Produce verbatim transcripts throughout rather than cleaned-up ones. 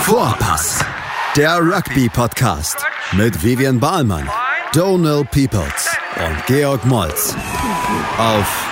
Vorpass, der Rugby-Podcast mit Vivian Bahlmann, Donald Peoples und Georg Moltz auf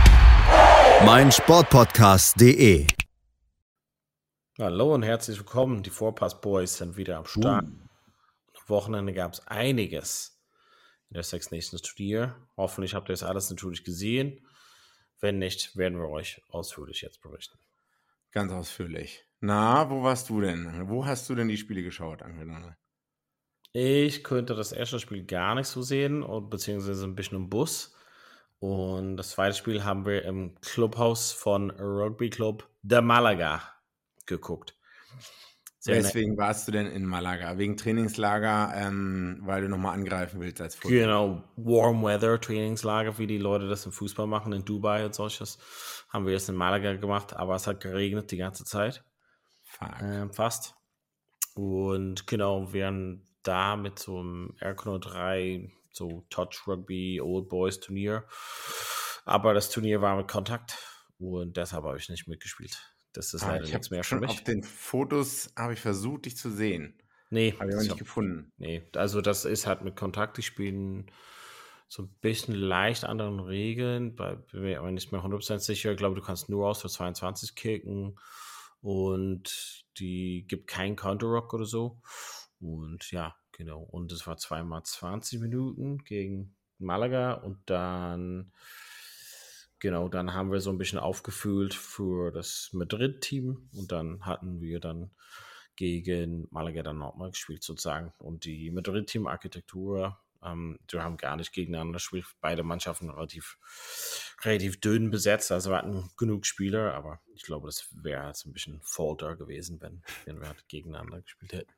meinsportpodcast punkt de. Hallo und herzlich willkommen. Die Vorpass-Boys sind wieder am Start. Uh. Am Wochenende gab es einiges in der Six Nations Turnier. Hoffentlich habt ihr das alles natürlich gesehen. Wenn nicht, werden wir euch ausführlich jetzt berichten. Ganz ausführlich. Na, wo warst du denn? Wo hast du denn die Spiele geschaut, Angela? Ich könnte das erste Spiel gar nicht so sehen, beziehungsweise ein bisschen im Bus. Und das zweite Spiel haben wir im Clubhaus von Rugby Club de Malaga geguckt. Sehr Weswegen nett. Warst du denn in Malaga? Wegen Trainingslager, ähm, weil du nochmal angreifen willst als Fußball? Genau, Warm Weather Trainingslager, wie die Leute das im Fußball machen, in Dubai und solches. Haben wir jetzt in Malaga gemacht, aber es hat geregnet die ganze Zeit. Ähm, fast. Und genau, wir waren da mit so einem R K null drei, so Touch Rugby Old Boys Turnier. Aber das Turnier war mit Kontakt und deshalb habe ich nicht mitgespielt. Das ist ah, leider nichts mehr für mich. Auf den Fotos habe ich versucht, dich zu sehen. Nee. Habe ich aber nicht hab, gefunden. Nee, also das ist halt mit Kontakt. Die spielen so ein bisschen leicht anderen Regeln. Bei, bin mir aber nicht mehr hundert Prozent sicher. Ich glaube, du kannst nur aus für zweiundzwanzig kicken und die gibt keinen Counter-Rock oder so. Und ja, genau. Und es war zweimal zwanzig Minuten gegen Malaga und dann Genau, dann haben wir so ein bisschen aufgefüllt für das Madrid-Team und dann hatten wir dann gegen Malaga dann nochmal gespielt sozusagen. Und die Madrid-Team-Architektur, ähm, wir haben gar nicht gegeneinander gespielt, beide Mannschaften relativ, relativ dünn besetzt, also wir hatten genug Spieler, aber ich glaube, das wäre halt so ein bisschen Folter gewesen, wenn, wenn wir halt gegeneinander gespielt hätten.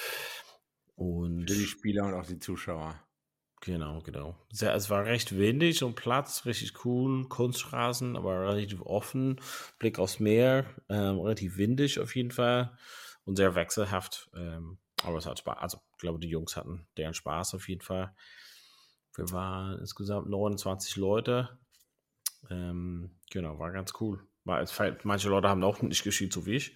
Und für die Spieler und auch die Zuschauer. Genau, genau. Sehr, es war recht windig und Platz, richtig cool, Kunstrasen, aber relativ offen, Blick aufs Meer, ähm, relativ windig auf jeden Fall und sehr wechselhaft, ähm, aber es hat Spaß, also ich glaube, die Jungs hatten deren Spaß auf jeden Fall. Wir waren insgesamt neunundzwanzig Leute, ähm, genau, war ganz cool. War, manche Leute haben auch nicht gespielt, so wie ich.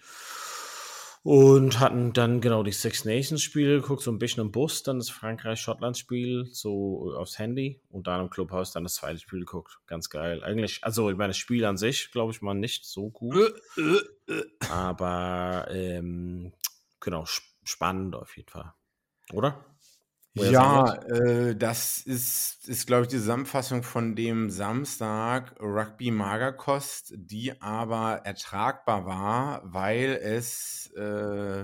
Und hatten dann genau die Six Nations Spiele geguckt, so ein bisschen im Bus, dann das Frankreich-Schottland-Spiel, so aufs Handy und dann im Clubhaus dann das zweite Spiel geguckt. Ganz geil. Eigentlich, also ich meine, das Spiel an sich, glaube ich mal, nicht so gut. Aber ähm, genau, spannend auf jeden Fall. Oder? Woher ja, äh, das ist, ist glaube ich, die Zusammenfassung von dem Samstag Rugby Magerkost, die aber ertragbar war, weil es äh,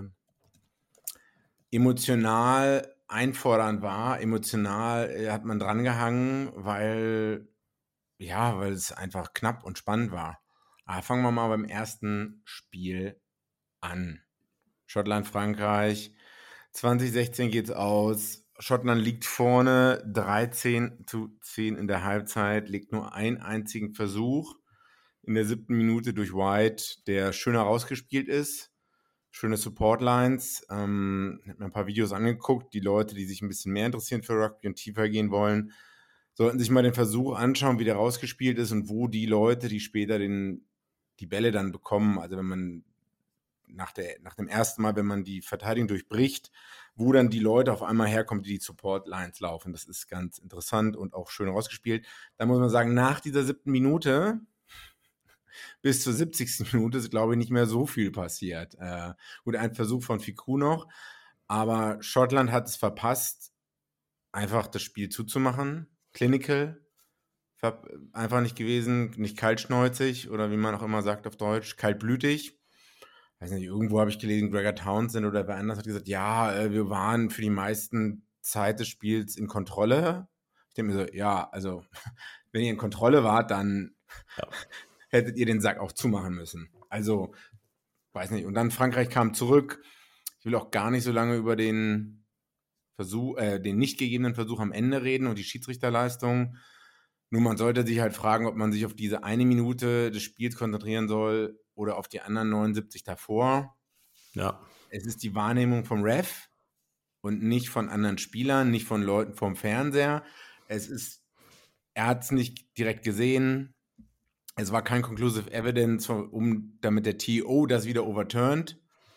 emotional einfordernd war. Emotional äh, hat man drangehangen, weil, ja, weil es einfach knapp und spannend war. Aber fangen wir mal beim ersten Spiel an. Schottland, Frankreich. zwanzig sechzehn geht's aus. Schottland liegt vorne, dreizehn zu zehn in der Halbzeit, legt nur einen einzigen Versuch in der siebten Minute durch White, der schöner rausgespielt ist. Schöne Support-Lines. Ähm, ich habe mir ein paar Videos angeguckt. Die Leute, die sich ein bisschen mehr interessieren für Rugby und tiefer gehen wollen, sollten sich mal den Versuch anschauen, wie der rausgespielt ist und wo die Leute, die später den, die Bälle dann bekommen, also wenn man nach, der, nach dem ersten Mal, wenn man die Verteidigung durchbricht, wo dann die Leute auf einmal herkommen, die die Support-Lines laufen. Das ist ganz interessant und auch schön rausgespielt. Da muss man sagen, nach dieser siebten Minute bis zur siebzigsten Minute ist, glaube ich, nicht mehr so viel passiert. Äh, gut, ein Versuch von Ficou noch, aber Schottland hat es verpasst, einfach das Spiel zuzumachen. Clinical, einfach nicht gewesen, nicht kaltschnäuzig oder wie man auch immer sagt auf Deutsch, kaltblütig. Weiß nicht, irgendwo habe ich gelesen, Gregor Townsend oder wer anders hat gesagt, ja, wir waren für die meisten Zeit des Spiels in Kontrolle. Ich denke mir so, ja, also wenn ihr in Kontrolle wart, dann ja. hättet ihr den Sack auch zumachen müssen. Also, weiß nicht. Und dann Frankreich kam zurück. Ich will auch gar nicht so lange über den Versuch, äh, den nicht gegebenen Versuch am Ende reden und die Schiedsrichterleistung. Nur man sollte sich halt fragen, ob man sich auf diese eine Minute des Spiels konzentrieren soll oder auf die anderen neunundsiebzig davor. Ja. Es ist die Wahrnehmung vom Ref und nicht von anderen Spielern, nicht von Leuten vom Fernseher. Es ist, er hat es nicht direkt gesehen. Es war kein conclusive evidence, um, damit der T O das wieder overturnt.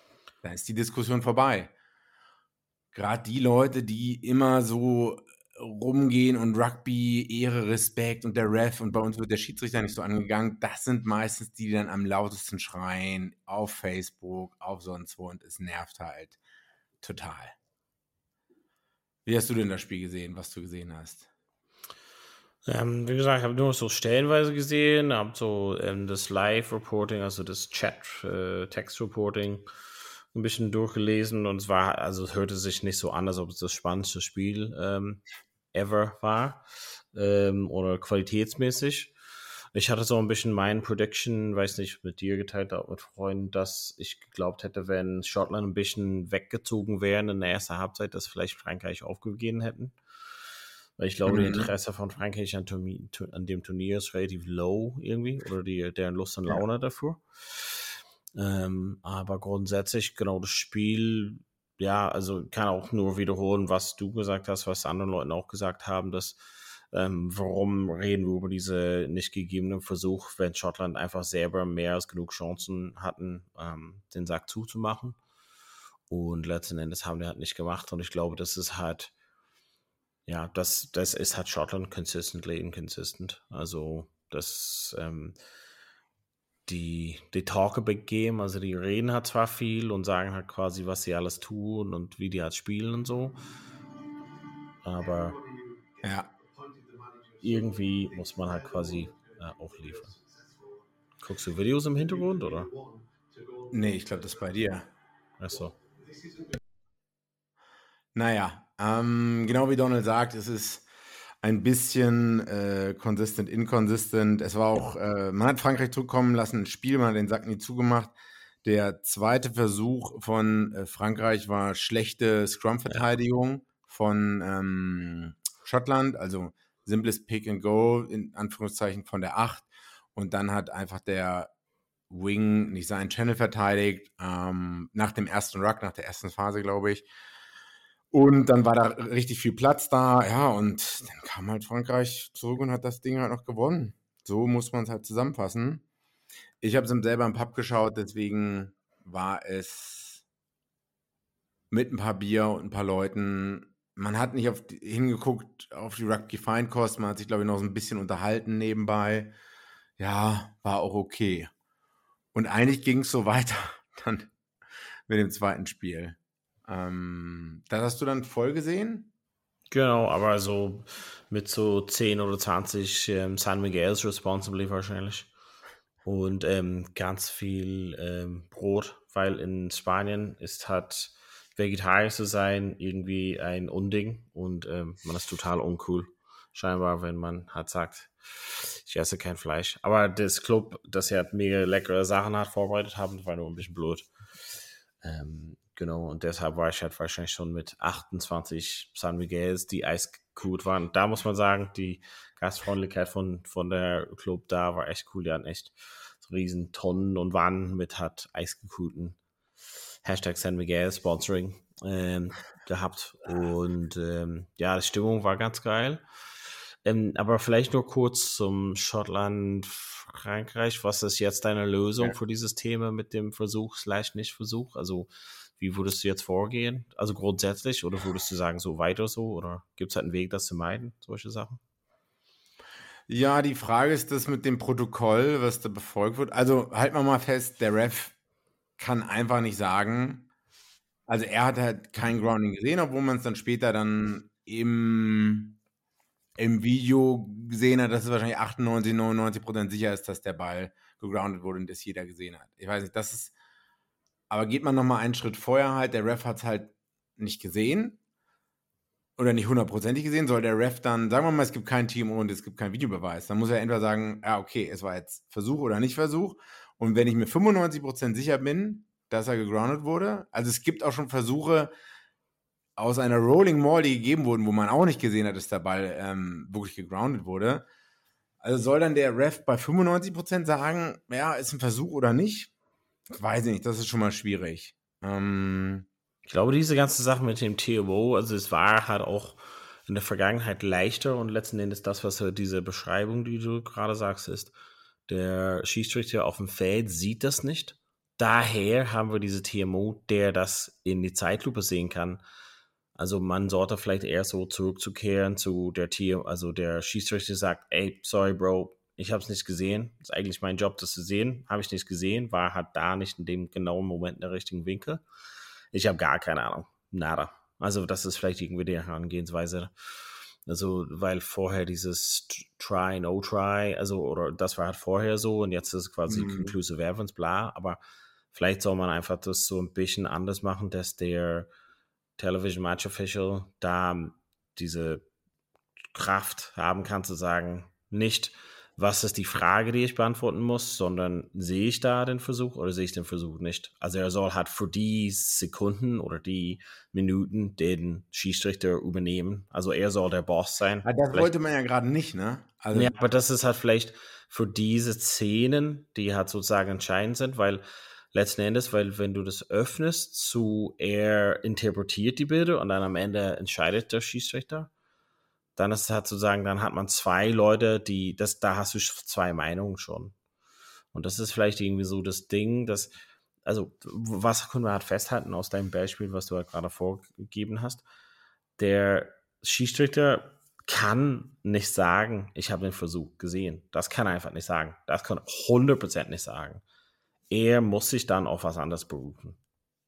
dann ist die Diskussion vorbei. Gerade die Leute, die immer so rumgehen und Rugby, Ehre, Respekt und der Ref und bei uns wird der Schiedsrichter nicht so angegangen, das sind meistens die, die dann am lautesten schreien auf Facebook, auf sonst wo und es nervt halt total. Wie hast du denn das Spiel gesehen, was du gesehen hast? Ähm, wie gesagt, ich habe nur so stellenweise gesehen, habe so ähm, das Live-Reporting, also das Chat-Text-Reporting ein bisschen durchgelesen und es war, also es hörte sich nicht so an, als ob es das spannendste Spiel ähm, ever war ähm, oder qualitätsmäßig. Ich hatte so ein bisschen meinen Prediction, weiß nicht, mit dir geteilt, auch mit Freunden, dass ich geglaubt hätte, wenn Schottland ein bisschen weggezogen wären in der ersten Halbzeit, dass vielleicht Frankreich aufgegeben hätten. Weil ich glaube, mhm. die Interesse von Frankreich an, an dem Turnier ist relativ low irgendwie oder die, deren Lust und Laune ja. dafür. Ähm, aber grundsätzlich genau das Spiel, ja, also kann auch nur wiederholen, was du gesagt hast, was andere Leute auch gesagt haben, dass ähm, warum reden wir über diese nicht gegebenen Versuch, wenn Schottland einfach selber mehr als genug Chancen hatten, ähm, den Sack zuzumachen. Und letzten Endes haben die halt nicht gemacht und ich glaube, das ist halt ja, das, das ist halt Schottland consistently inconsistent. Also das ähm, die, die talk a big game, also die reden halt zwar viel und sagen halt quasi, was sie alles tun und wie die halt spielen und so. Aber ja. irgendwie muss man halt quasi äh, auch liefern. Guckst du Videos im Hintergrund, oder? Nee, ich glaube, das ist bei dir. Ach so. Naja, ähm, genau wie Donald sagt, es ist ein bisschen äh, consistent, inconsistent. Es war auch, äh, man hat Frankreich zurückkommen lassen, ein Spiel, man hat den Sack nie zugemacht. Der zweite Versuch von äh, Frankreich war schlechte Scrum-Verteidigung ja. von ähm, Schottland, also simples Pick and Go, in Anführungszeichen von der acht. Und dann hat einfach der Wing nicht seinen Channel verteidigt, ähm, nach dem ersten Ruck, nach der ersten Phase, glaube ich. Und dann war da richtig viel Platz da, ja, und dann kam halt Frankreich zurück und hat das Ding halt noch gewonnen. So muss man es halt zusammenfassen. Ich habe es selber im Pub geschaut, deswegen war es mit ein paar Bier und ein paar Leuten. Man hat nicht auf die, hingeguckt auf die Rugby-Feinkost, man hat sich, glaube ich, noch so ein bisschen unterhalten nebenbei. Ja, war auch okay. Und eigentlich ging es so weiter dann mit dem zweiten Spiel. Ähm, das hast du dann voll gesehen? Genau, aber so mit so zehn oder zwanzig ähm, San Miguel's responsibly wahrscheinlich. Und ähm, ganz viel ähm, Brot, weil in Spanien ist halt vegetarisch zu sein irgendwie ein Unding und ähm, man ist total uncool, scheinbar, wenn man halt sagt, ich esse kein Fleisch. Aber das Club, das ja mega leckere Sachen hat vorbereitet haben, war nur ein bisschen blöd. Ähm, genau, und deshalb war ich halt wahrscheinlich schon mit achtundzwanzig San Miguel's, die eiskalt waren. Da muss man sagen, die Gastfreundlichkeit von, von der Club da war echt cool. Die hatten echt so riesen Tonnen und Wannen mit hat eisgekühlten Hashtag San Miguel Sponsoring ähm, gehabt. Und ähm, ja, die Stimmung war ganz geil. Ähm, aber vielleicht nur kurz zum Schottland, Frankreich. Was ist jetzt deine Lösung ja. für dieses Thema mit dem Versuch slash Nicht-Versuch? Also wie würdest du jetzt vorgehen? Also grundsätzlich oder würdest du sagen, so weiter so? Oder gibt es halt einen Weg, das zu meiden, solche Sachen? Ja, die Frage ist das mit dem Protokoll, was da befolgt wird. Also halten wir mal fest, der Ref kann einfach nicht sagen, also er hat halt kein Grounding gesehen, obwohl man es dann später dann im, im Video gesehen hat, dass es wahrscheinlich achtundneunzig, neunundneunzig Prozent sicher ist, dass der Ball gegroundet wurde und das jeder gesehen hat. Ich weiß nicht, das ist, aber geht man nochmal einen Schritt vorher halt, der Ref hat es halt nicht gesehen oder nicht hundertprozentig gesehen, soll der Ref dann, sagen wir mal, es gibt kein Team und es gibt keinen Videobeweis, dann muss er entweder sagen, ja okay, es war jetzt Versuch oder nicht Versuch. Und wenn ich mir fünfundneunzig Prozent sicher bin, dass er gegroundet wurde, also es gibt auch schon Versuche aus einer Rolling Maul, die gegeben wurden, wo man auch nicht gesehen hat, dass der Ball ähm, wirklich gegroundet wurde. Also soll dann der Ref bei fünfundneunzig Prozent sagen, ja, ist ein Versuch oder nicht? Ich weiß nicht, das ist schon mal schwierig. Ähm, ich glaube, diese ganze Sache mit dem T M O, also es war halt auch in der Vergangenheit leichter und letzten Endes das, was halt diese Beschreibung, die du gerade sagst, ist, der Schiedsrichter auf dem Feld sieht das nicht daher haben wir diese T M O, der das in die Zeitlupe sehen kann. Also man sollte vielleicht eher so zurückzukehren zu der T M O, also der Schiedsrichter sagt, ey, sorry Bro, ich habe es nicht gesehen. Ist eigentlich mein Job, das zu sehen. Habe ich nicht gesehen, war halt da nicht in dem genauen Moment in der richtigen Winkel. Ich habe gar keine Ahnung. Nada. Also das ist vielleicht irgendwie die Herangehensweise. Also, weil vorher dieses Try, No Try, also, oder das war halt vorher so und jetzt ist es quasi Mhm. Conclusive Evidence, bla, aber vielleicht soll man einfach das so ein bisschen anders machen, dass der Television Match Official da diese Kraft haben kann zu sagen, nicht, was ist die Frage, die ich beantworten muss, sondern sehe ich da den Versuch oder sehe ich den Versuch nicht? Also er soll halt für die Sekunden oder die Minuten den Schiedsrichter übernehmen. Also er soll der Boss sein. Ja, das Vielleicht, wollte man ja gerade nicht, ne? Also, ja, aber das ist halt vielleicht für diese Szenen, die halt sozusagen entscheidend sind, weil letzten Endes, weil wenn du das öffnest zu, er interpretiert die Bilder und dann am Ende entscheidet der Schiedsrichter, dann ist es halt sozusagen, dann hat man zwei Leute, die, das, da hast du zwei Meinungen schon. Und das ist vielleicht irgendwie so das Ding, dass, also, was können wir halt festhalten aus deinem Beispiel, was du halt gerade vorgegeben hast? Der Schiedsrichter kann nicht sagen, ich habe den Versuch gesehen. Das kann er einfach nicht sagen. Das kann er hundert Prozent nicht sagen. Er muss sich dann auf was anderes berufen.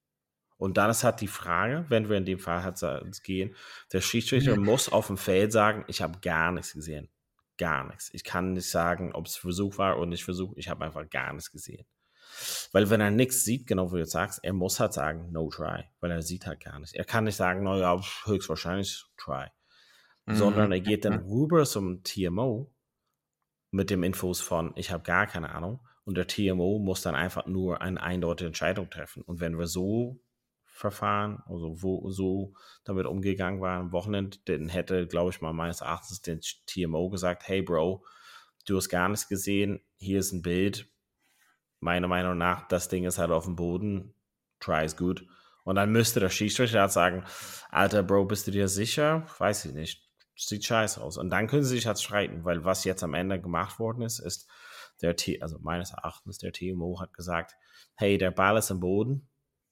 Und dann ist halt die Frage, wenn wir in dem Fall halt gehen, der Schiedsrichter Ja. muss auf dem Feld sagen, ich habe gar nichts gesehen. Gar nichts. Ich kann nicht sagen, ob es Versuch war oder nicht Versuch. Ich habe einfach gar nichts gesehen. Weil wenn er nichts sieht, genau wie du jetzt sagst, er muss halt sagen, no try. Weil er sieht halt gar nichts. Er kann nicht sagen, naja, höchstwahrscheinlich try. Mhm. Sondern er geht dann rüber zum T M O mit dem Infos von, ich habe gar keine Ahnung. Und der T M O muss dann einfach nur eine eindeutige Entscheidung treffen. Und wenn wir so verfahren, also wo so damit umgegangen war am Wochenende, dann hätte, glaube ich mal, meines Erachtens den T M O gesagt, hey Bro, du hast gar nichts gesehen, hier ist ein Bild, meiner Meinung nach, das Ding ist halt auf dem Boden, try is good. Und dann müsste der Schiedsrichter halt sagen, Alter Bro, bist du dir sicher? Weiß ich nicht. Sieht scheiße aus. Und dann können sie sich halt streiten, weil was jetzt am Ende gemacht worden ist, ist der T, also meines Erachtens, der T M O hat gesagt, hey, der Ball ist am Boden,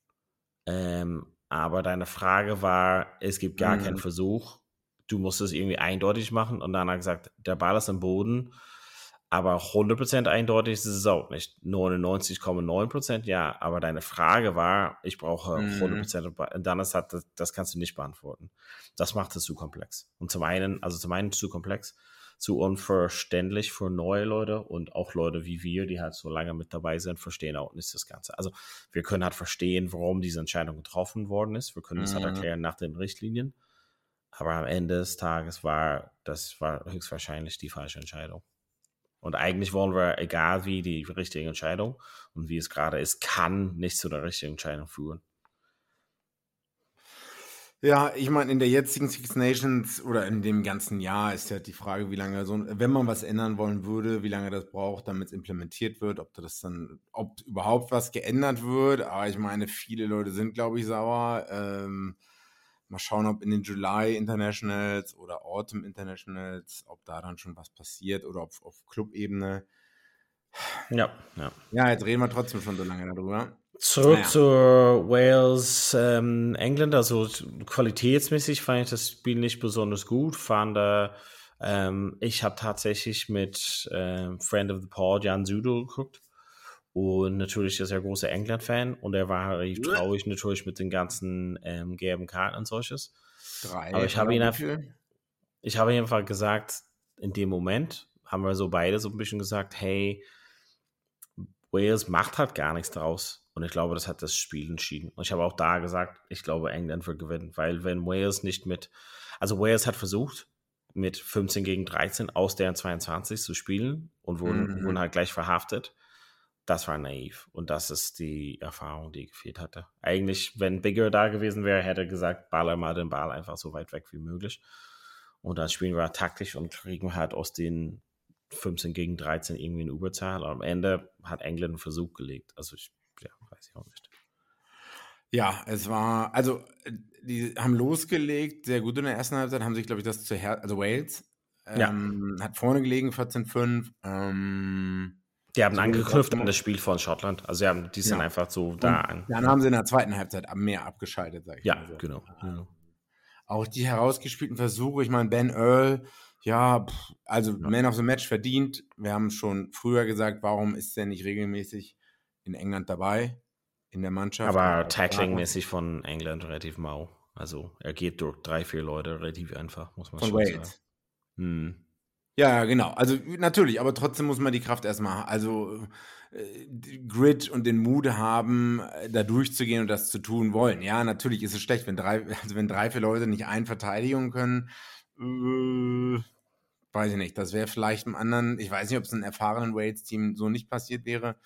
ähm, aber deine Frage war, es gibt gar Mhm. keinen Versuch, du musst es irgendwie eindeutig machen und dann hat er gesagt, der Ball ist am Boden, aber hundert Prozent eindeutig ist es auch nicht. neunundneunzig Komma neun Prozent ja, aber deine Frage war, ich brauche hundert Prozent und dann ist halt, das, das kannst du nicht beantworten. Das macht es zu komplex. Und zum einen, also zum einen zu komplex, zu unverständlich für neue Leute und auch Leute wie wir, die halt so lange mit dabei sind, verstehen auch nicht das Ganze. Also wir können halt verstehen, warum diese Entscheidung getroffen worden ist. Wir können das halt Mhm. erklären nach den Richtlinien. Aber am Ende des Tages war das war höchstwahrscheinlich die falsche Entscheidung. Und eigentlich wollen wir, egal wie, die richtige Entscheidung und wie es gerade ist, kann nicht zu der richtigen Entscheidung führen. Ja, ich meine, in der jetzigen Six Nations oder in dem ganzen Jahr ist ja die Frage, wie lange so, wenn man was ändern wollen würde, wie lange das braucht, damit es implementiert wird, ob das dann, ob überhaupt was geändert wird. Aber ich meine, viele Leute sind, glaube ich, sauer. Ähm, mal schauen, ob in den July Internationals oder Autumn Internationals, ob da dann schon was passiert oder ob auf Clubebene. Ja, ja. Ja, jetzt reden wir trotzdem schon so lange darüber. Zurück Naja. zur Wales, ähm, England, also qualitätsmäßig fand ich das Spiel nicht besonders gut, fand äh, ähm, ich habe tatsächlich mit äh, Friend of the Pod, Jan Südo, geguckt und natürlich ist er großer England-Fan und er war relativ traurig natürlich mit den ganzen ähm, gelben Karten und solches. Drei. Aber ich habe oder ihn wie einfach, viel? ich habe einfach gesagt, in dem Moment haben wir so beide so ein bisschen gesagt, hey, Wales macht halt gar nichts draus. Und ich glaube, das hat das Spiel entschieden. Und ich habe auch da gesagt, ich glaube, England wird gewinnen. Weil wenn Wales nicht mit, also Wales hat versucht, mit fünfzehn gegen dreizehn aus deren zweiundzwanzig zu spielen und wurden, Mhm. wurden halt gleich verhaftet. Das war naiv. Und das ist die Erfahrung, die gefehlt hatte. Eigentlich, wenn Bigger da gewesen wäre, hätte er gesagt, baller mal den Ball einfach so weit weg wie möglich. Und dann spielen wir halt taktisch und kriegen halt aus den fünfzehn gegen dreizehn irgendwie in Überzahl. Aber am Ende hat England einen Versuch gelegt. Also ich, ja, weiß ich auch nicht. Ja, es war, also die haben losgelegt, sehr gut in der ersten Halbzeit, haben sich, glaube ich, das zu Her also Wales Ja. ähm, hat vorne gelegen, vierzehn fünf. Ähm, Die haben So, angeknüpft das- an das Spiel von Schottland. Also, sie haben, die sind Ja. einfach so da an. Dann haben sie in der zweiten Halbzeit am mehr abgeschaltet, sag ich Ja, mal so. genau. genau. Auch die herausgespielten Versuche, ich meine, Ben Earl, ja, pff, also Ja. Man of the Match verdient. Wir haben schon früher gesagt, warum ist der nicht regelmäßig in England dabei, in der Mannschaft? Aber Als Starter. Tackling-mäßig von England relativ mau. Also, er geht durch drei, vier Leute relativ einfach, muss man Von schon Wales. sagen. Hm. Ja, ja, genau. Also natürlich, aber trotzdem muss man die Kraft erstmal, also äh, die Grit und den Mut haben, äh, da durchzugehen und das zu tun wollen. Ja, natürlich ist es schlecht, wenn drei, also wenn drei, vier Leute nicht ein Verteidigung können, äh, weiß ich nicht. Das wäre vielleicht im anderen, ich weiß nicht, ob es einem erfahrenen Wales-Team so nicht passiert wäre.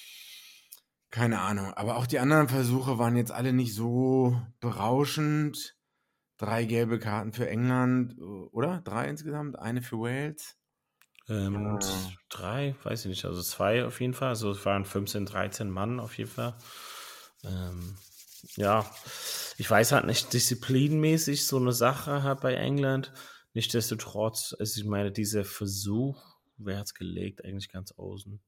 Keine Ahnung. Aber auch die anderen Versuche waren jetzt alle nicht so berauschend. Drei gelbe Karten für England, oder? Drei insgesamt? Eine für Wales? Ähm, Ah. Drei, weiß ich nicht, also zwei auf jeden Fall. Also es waren fünfzehn, dreizehn Mann auf jeden Fall. Ähm, ja, ich weiß halt nicht, disziplinmäßig so eine Sache hat bei England. Nichtsdestotrotz, also ich meine, dieser Versuch, wer hat's gelegt? Eigentlich ganz außen.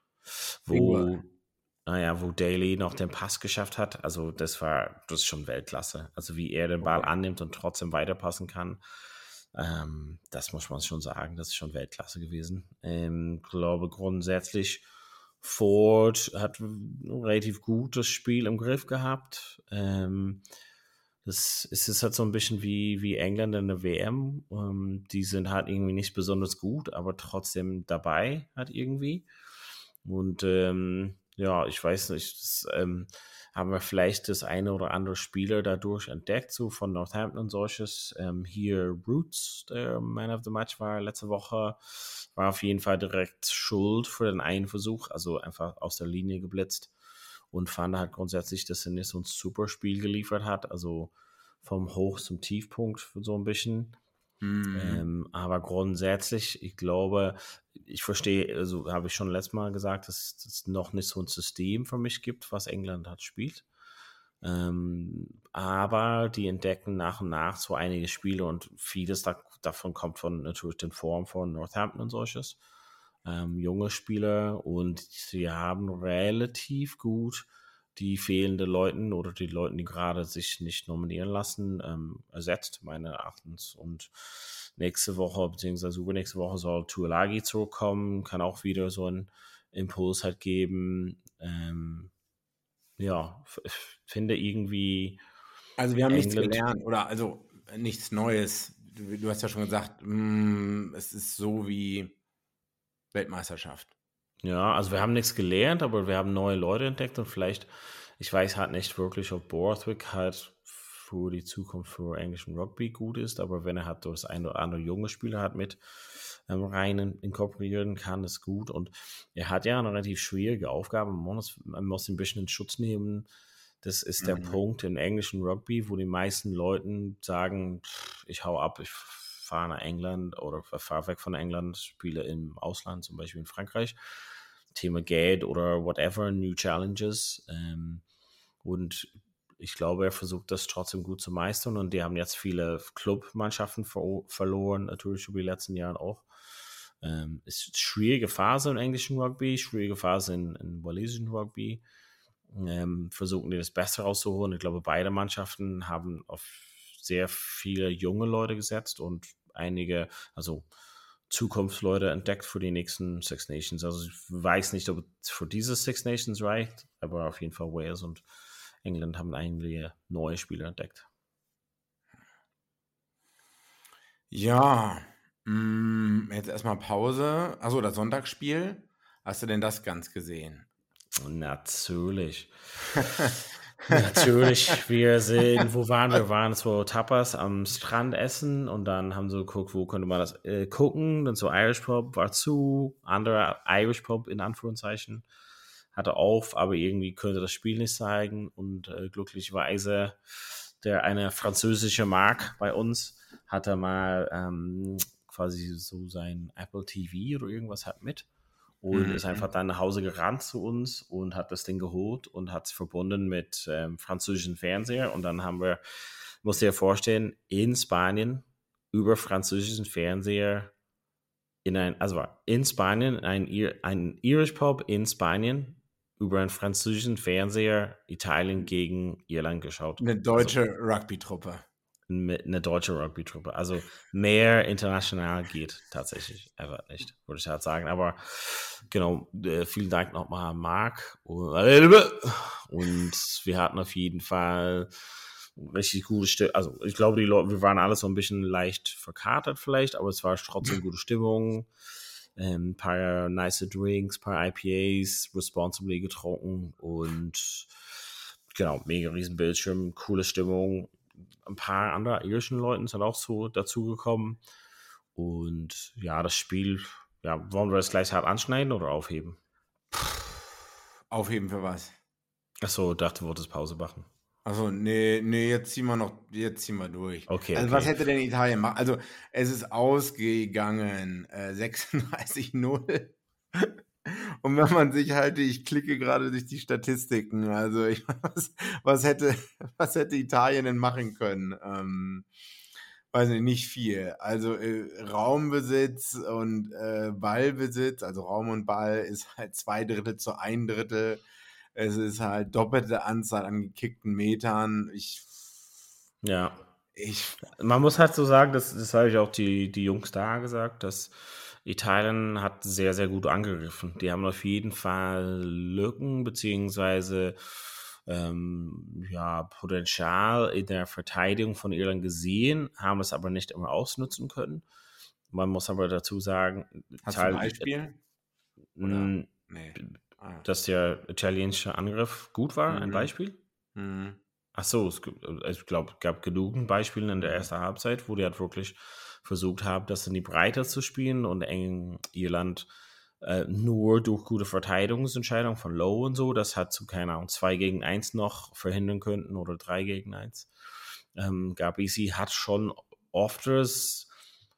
Wo, naja, wo Daly noch den Pass geschafft hat. Also das war, das ist schon Weltklasse. Also wie er den Ball Okay. annimmt und trotzdem weiterpassen kann. Ähm, das muss man schon sagen, das ist schon Weltklasse gewesen. Ich ähm, glaube grundsätzlich, Ford hat ein relativ gutes Spiel im Griff gehabt. Ähm, das ist es halt so ein bisschen wie, wie England in der W M. Ähm, die sind halt irgendwie nicht besonders gut, aber trotzdem dabei halt irgendwie. Und ähm, ja, ich weiß nicht, das, ähm, haben wir vielleicht das eine oder andere Spieler dadurch entdeckt, so von Northampton und solches. Ähm, hier Roots, der Man of the Match war letzte Woche, war auf jeden Fall direkt schuld für den einen Versuch, also einfach aus der Linie geblitzt und fand halt grundsätzlich, dass er nicht so ein super Spiel geliefert hat, also vom Hoch zum Tiefpunkt so ein bisschen. Mhm. Ähm, aber grundsätzlich, ich glaube, ich verstehe, also habe ich schon letztes Mal gesagt, dass es noch nicht so ein System für mich gibt, was England hat spielt. Ähm, aber die entdecken nach und nach so einige Spiele und vieles da, davon kommt von natürlich den Form von Northampton und solches. Ähm, junge Spieler und sie haben relativ gut die fehlenden Leuten oder die Leuten, die gerade sich nicht nominieren lassen, ähm, ersetzt, meines Erachtens. Und nächste Woche, beziehungsweise übernächste Woche soll Tuolagi zurückkommen, kann auch wieder so einen Impuls halt geben. Ähm, ja, ich finde irgendwie Also wir haben nichts England, gelernt oder also äh, nichts Neues. Du, du hast ja schon gesagt, mm, es ist so wie Weltmeisterschaft. ja, also wir haben nichts gelernt, aber wir haben neue Leute entdeckt und vielleicht, ich weiß halt nicht wirklich, ob Borthwick halt für die Zukunft für englischen Rugby gut ist, aber wenn er halt das ein oder andere junge Spieler hat mit ähm, rein in- inkorporieren kann, ist gut. Und er hat ja eine relativ schwierige Aufgabe. Man muss, man muss ihn ein bisschen in Schutz nehmen. Das ist der Mhm. Punkt im englischen Rugby, wo die meisten Leuten sagen, pff, ich hau ab, ich fahre nach England oder fahre weg von England, spiele im Ausland, zum Beispiel in Frankreich. Thema Geld oder whatever, New Challenges. Ähm, und ich glaube, er versucht das trotzdem gut zu meistern und die haben jetzt viele Clubmannschaften ver verloren, natürlich über die letzten Jahre auch. Ähm, es ist eine schwierige Phase im englischen Rugby, schwierige Phase in, in walisischen Rugby. Ähm, versuchen die das Beste rauszuholen. Ich glaube, beide Mannschaften haben auf sehr viele junge Leute gesetzt und einige, also Zukunftsleute entdeckt für die nächsten Six Nations. Also ich weiß nicht, ob es für diese Six Nations reicht, aber auf jeden Fall Wales und England haben einige neue Spieler entdeckt. Ja, mm, jetzt erstmal Pause. Achso, das Sonntagsspiel. Hast du denn das ganz gesehen? Natürlich. Natürlich, wir sind, wo waren wir? Wir waren so Tapas am Strand essen und dann haben so geguckt, wo könnte man das äh, gucken. Dann so Irish Pub war zu, anderer Irish Pub in Anführungszeichen hatte auf, aber irgendwie könnte das Spiel nicht zeigen und äh, glücklicherweise der eine französische Mark bei uns hatte mal ähm, quasi so sein Apple T V oder irgendwas hat mit und Mhm. ist einfach dann nach Hause gerannt zu uns und hat das Ding geholt und hat es verbunden mit ähm, französischen Fernseher und dann haben wir, musst dir vorstellen, in Spanien über französischen Fernseher in ein, also in Spanien, ein, ein Irish Pub in Spanien, über einen französischen Fernseher Italien gegen Irland geschaut. Eine deutsche also, Rugby-Truppe. Eine deutsche Rugby-Truppe. Also mehr international geht tatsächlich einfach nicht, würde ich halt sagen. Aber genau, vielen Dank nochmal an Marc. Und wir hatten auf jeden Fall richtig gute Stimmung. Also ich glaube, die Leute, wir waren alle so ein bisschen leicht verkatert vielleicht, aber es war trotzdem gute Stimmung. Ein ähm, paar nice Drinks, paar I P As, responsibly getrunken und genau, mega riesen Bildschirm, coole Stimmung. Ein paar andere irischen Leute sind auch so dazugekommen. Und ja, das Spiel, ja, wollen wir das gleich hart anschneiden oder aufheben? Aufheben für was? Achso, dachte, du wolltest Pause machen. Also nee, nee, jetzt ziehen wir noch, jetzt ziehen wir durch. Okay, also okay. Was hätte denn Italien machen? Also es ist ausgegangen, äh, sechsunddreißig null. Und wenn man sich halt, ich klicke gerade durch die Statistiken, also ich, was, was, hätte, was hätte Italien denn machen können? Ähm, weiß nicht, nicht viel. Also äh, Raumbesitz und äh, Ballbesitz, also Raum und Ball ist halt zwei Drittel zu ein Drittel. Es ist halt doppelte Anzahl an gekickten Metern. Ich. Ja. Ich. Man muss halt so sagen, das, das habe ich auch die, die Jungs da gesagt, dass Italien hat sehr, sehr gut angegriffen. Die haben auf jeden Fall Lücken beziehungsweise ähm, ja, Potenzial in der Verteidigung von Irland gesehen, haben es aber nicht immer ausnutzen können. Man muss aber dazu sagen, Hast Italien, du ein Beispiel? Oder? Nee. Dass der italienische Angriff gut war, mhm. ein Beispiel? Mhm. Ach so, es, ich glaube, es gab genügend Beispiele in der ersten Halbzeit, wo die halt wirklich versucht haben, das in die Breite zu spielen und in Irland äh, nur durch gute Verteidigungsentscheidungen von Lowe und so, das hat zu, keine Ahnung, zwei gegen eins noch verhindern könnten oder drei gegen eins. Ähm, Gabisi hat schon oft das,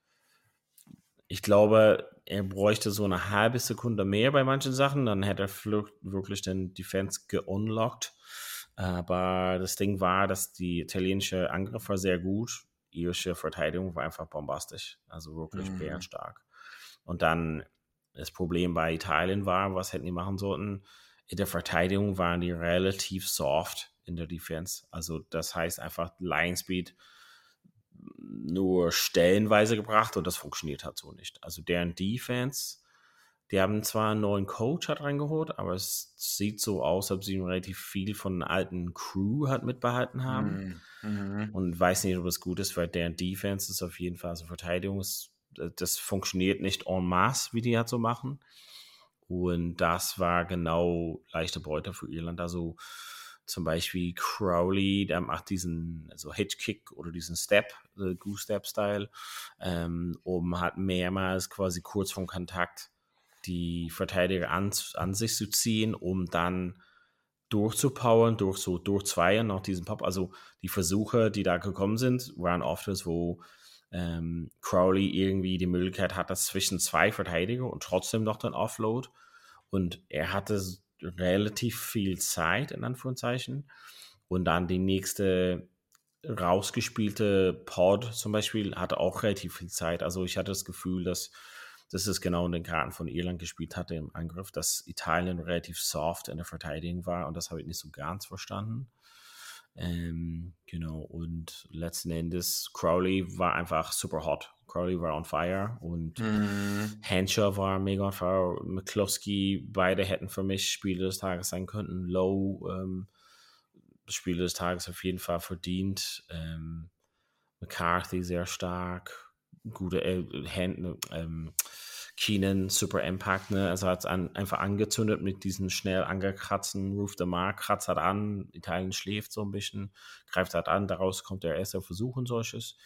ich glaube, er bräuchte so eine halbe Sekunde mehr bei manchen Sachen, dann hätte er wirklich den Defense geunlockt. Aber das Ding war, dass die italienische Angriff war sehr gut, irische Verteidigung war einfach bombastisch, also wirklich mhm. bärenstark. Und dann das Problem bei Italien war, was hätten die machen sollten? In der Verteidigung waren die relativ soft in der Defense. Also das heißt einfach Line Speed nur stellenweise gebracht und das funktioniert halt so nicht. Also deren Defense, die haben zwar einen neuen Coach hat reingeholt, aber es sieht so aus, als ob sie relativ viel von der alten Crew halt mitbehalten haben. Mhm. Und weiß nicht, ob das gut ist, weil deren Defense ist auf jeden Fall, also Verteidigung ist, das funktioniert nicht en masse, wie die halt so machen. Und das war genau leichte Beute für Irland. Also zum Beispiel Crowley, der macht diesen so Hitch-Kick oder diesen Step, äh, Goose-Step-Style, ähm, um halt mehrmals quasi kurz vom Kontakt die Verteidiger an, an sich zu ziehen, um dann durchzupowern, durch so durchzweiern nach diesem Pop. Also die Versuche, die da gekommen sind, waren oft das, wo ähm, Crowley irgendwie die Möglichkeit hatte, zwischen zwei Verteidiger und trotzdem noch den Offload. Und er hatte relativ viel Zeit, in Anführungszeichen. Und dann die nächste rausgespielte Pod zum Beispiel hatte auch relativ viel Zeit. Also ich hatte das Gefühl, dass das ist genau in den Karten von Irland gespielt hatte im Angriff, dass Italien relativ soft in der Verteidigung war und das habe ich nicht so ganz verstanden. Ähm, genau, und letzten Endes Crowley war einfach super hot. Crowley war on fire und mm. Henshaw war mega on fire. McCloskey, beide hätten für mich Spiele des Tages sein können. Lowe, ähm, Spiele des Tages auf jeden Fall verdient. Ähm, McCarthy sehr stark. Gute äh, Hände, ähm, Keenan, super Impact, ne? Also hat es an, einfach angezündet mit diesen schnell angekratzten Roof the Mark, kratzt halt an, Italien schläft so ein bisschen, greift halt an, daraus kommt der erste Versuch und solches.